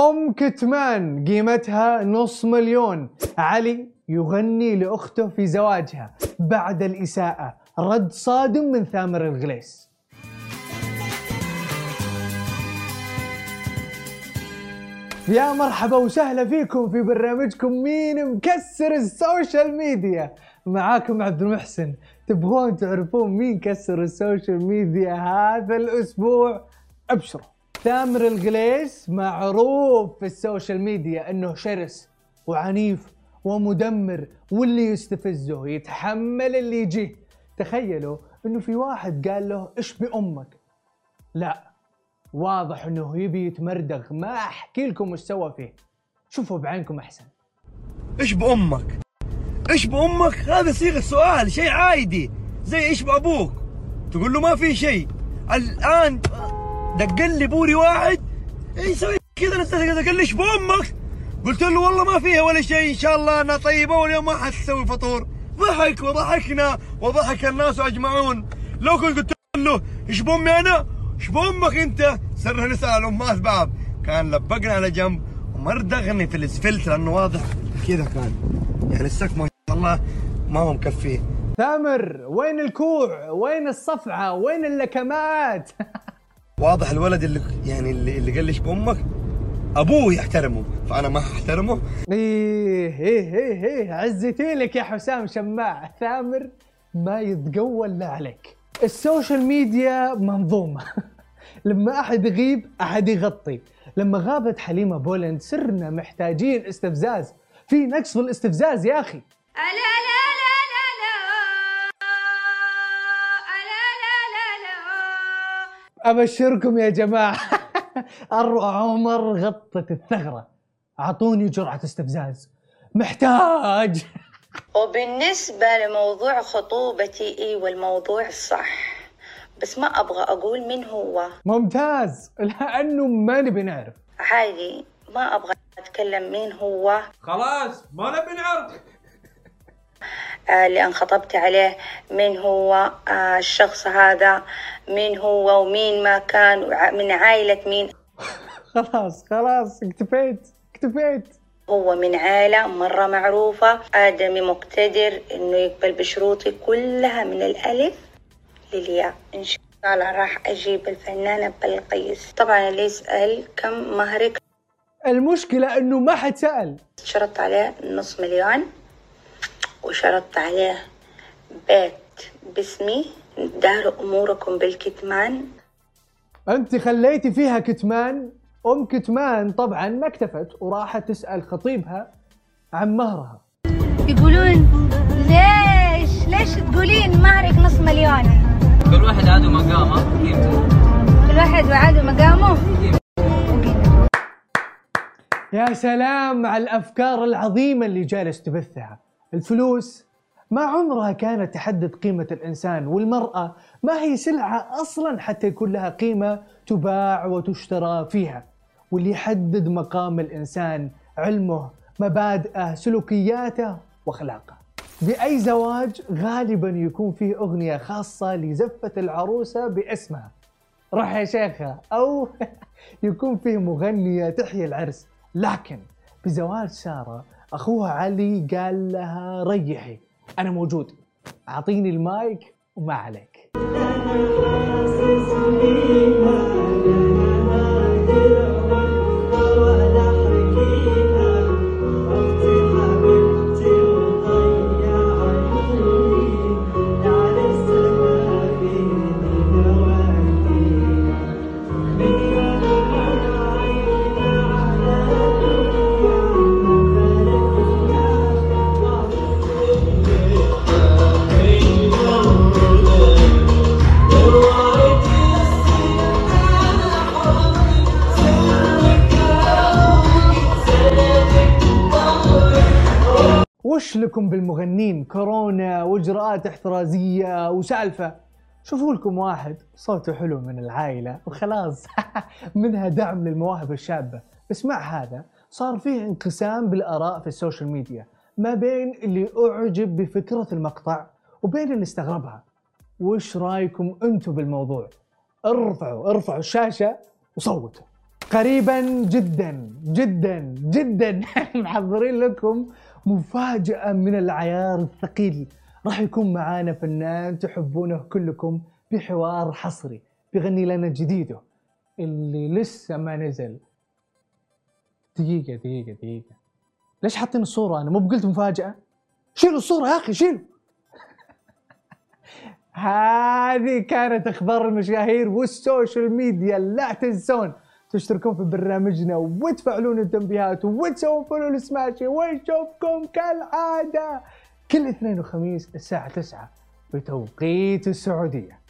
أم كتمان قيمتها $500,000. علي يغني لأخته في زواجها بعد الإساءة. رد صادم من ثامر الغليس. يا مرحبا وسهلا فيكم في برنامجكم مين مكسر السوشيال ميديا. معاكم عبد المحسن. تبغون تعرفون مين كسر السوشيال ميديا هذا الأسبوع؟ أبشروا. ثامر الغليس معروف في السوشيال ميديا أنه شرس وعنيف ومدمر، واللي يستفزه يتحمل اللي يجيه. تخيلوا أنه في واحد قال له إيش بأمك. لا، واضح أنه يبي يتمردغ. ما أحكي لكم إيش سوى فيه، شوفوا بعينكم أحسن. إيش بأمك؟ إيش بأمك؟ هذا صيغة سؤال، شيء عادي زي إيش بأبوك. تقول له ما في شيء. الآن دق لي بوري واحد يسوي كذا، قال لي إيش بأمك؟ قلت له والله ما فيها ولا شيء، إن شاء الله أنا طيبة واليوم ما حتسوي فطور. ضحك وضحكنا وضحك الناس أجمعون. لو كنت قلت له إيش بأمي أنا؟ إيش بأمك أنت؟ صرنا نسأل أمهات بعض. كان لبقنا على جنب ومردغني في الاسفلت لأنه واضح كذا كان، يعني السك ما شاء الله ما هو مكفيه. ثامر وين الكوع؟ وين الصفعة؟ وين اللكمات؟ واضح الولد اللي قال لي إيش بأمك أبوه يحترمه، فأنا ما أحترمه. إيه عزتي لك يا حسام شماع. ثامر ما يتقول لا عليك. السوشيال ميديا منظومة. لما أحد يغيب أحد يغطي. لما غابت حليمة بولند صرنا محتاجين استفزاز. في نقص في الاستفزاز يا أخي. أبشركم يا جماعة. عمر غطت الثغرة. أعطوني جرعة استفزاز، محتاج. وبالنسبة لموضوع خطوبتي، ايوه الموضوع صح، بس ما ابغى اقول من هو. ممتاز، لأنه ما نبي نعرف. عادي، ما ابغى اتكلم مين هو. خلاص ما نبي نعرف. اللي انخطبت عليه مين هو، الشخص هذا مين هو ومين ما كان من عائلة مين. خلاص اكتفيت. هو من عائلة مرة معروفة، آدمي مقتدر إنه يقبل بشروطي كلها من الألف للياء. إن شاء الله راح أجيب الفنانة بلقيس. طبعا اللي يسأل كم مهرك، المشكلة إنه ما حد سأل. شرطت عليه $500,000 وشرطت عليه بيت باسمي. داروا أموركم بالكتمان. أنت خليتي فيها كتمان. أم كتمان طبعا ما اكتفت وراحت تسأل خطيبها عن مهرها. يقولون ليش تقولين مهرك $500,000؟ كل واحد عنده مقامه قيمته. كل واحد وعنده مقامه. يا سلام على الأفكار العظيمة اللي جالس تبثها. الفلوس ما عمرها كانت تحدد قيمة الإنسان، والمرأة ما هي سلعة أصلا حتى يكون لها قيمة تباع وتشترى فيها. واللي يحدد مقام الإنسان علمه، مبادئه، سلوكياته وأخلاقه. بأي زواج غالبا يكون فيه أغنية خاصة لزفة العروسة باسمها، روح يا شيخة، أو يكون فيه مغنية تحيي العرس. لكن بزواج سارة أخوها علي قال لها ريحي أنا موجود، أعطيني المايك وما عليك. وش لكم بالمغنين؟ كورونا واجراءات احترازية وسالفة. شوفوا لكم واحد صوته حلو من العائلة وخلاص. منها دعم للمواهب الشابة. بس مع هذا صار فيه انقسام بالآراء في السوشيال ميديا ما بين اللي أعجب بفكرة المقطع وبين اللي استغربها. وش رايكم انتم بالموضوع؟ ارفعوا الشاشة وصوتوا. قريبا جدا جدا جدا محضرين لكم مفاجأة من العيار الثقيل. راح يكون معانا فنان تحبونه كلكم بحوار حصري، بيغني لنا جديده اللي لسه ما نزل. دقيقة ليش حاطين الصورة؟ أنا مو بقلت مفاجأة؟ شيلوا الصورة يا أخي شيلوا. هذه كانت أخبار المشاهير والسوشيال ميديا. لا تنسون تشتركون في برنامجنا وتفعلون التنبيهات وتسوون فولو لسماشي، ونشوفكم كالعادة كل اثنين وخميس الساعة 9 بتوقيت السعودية.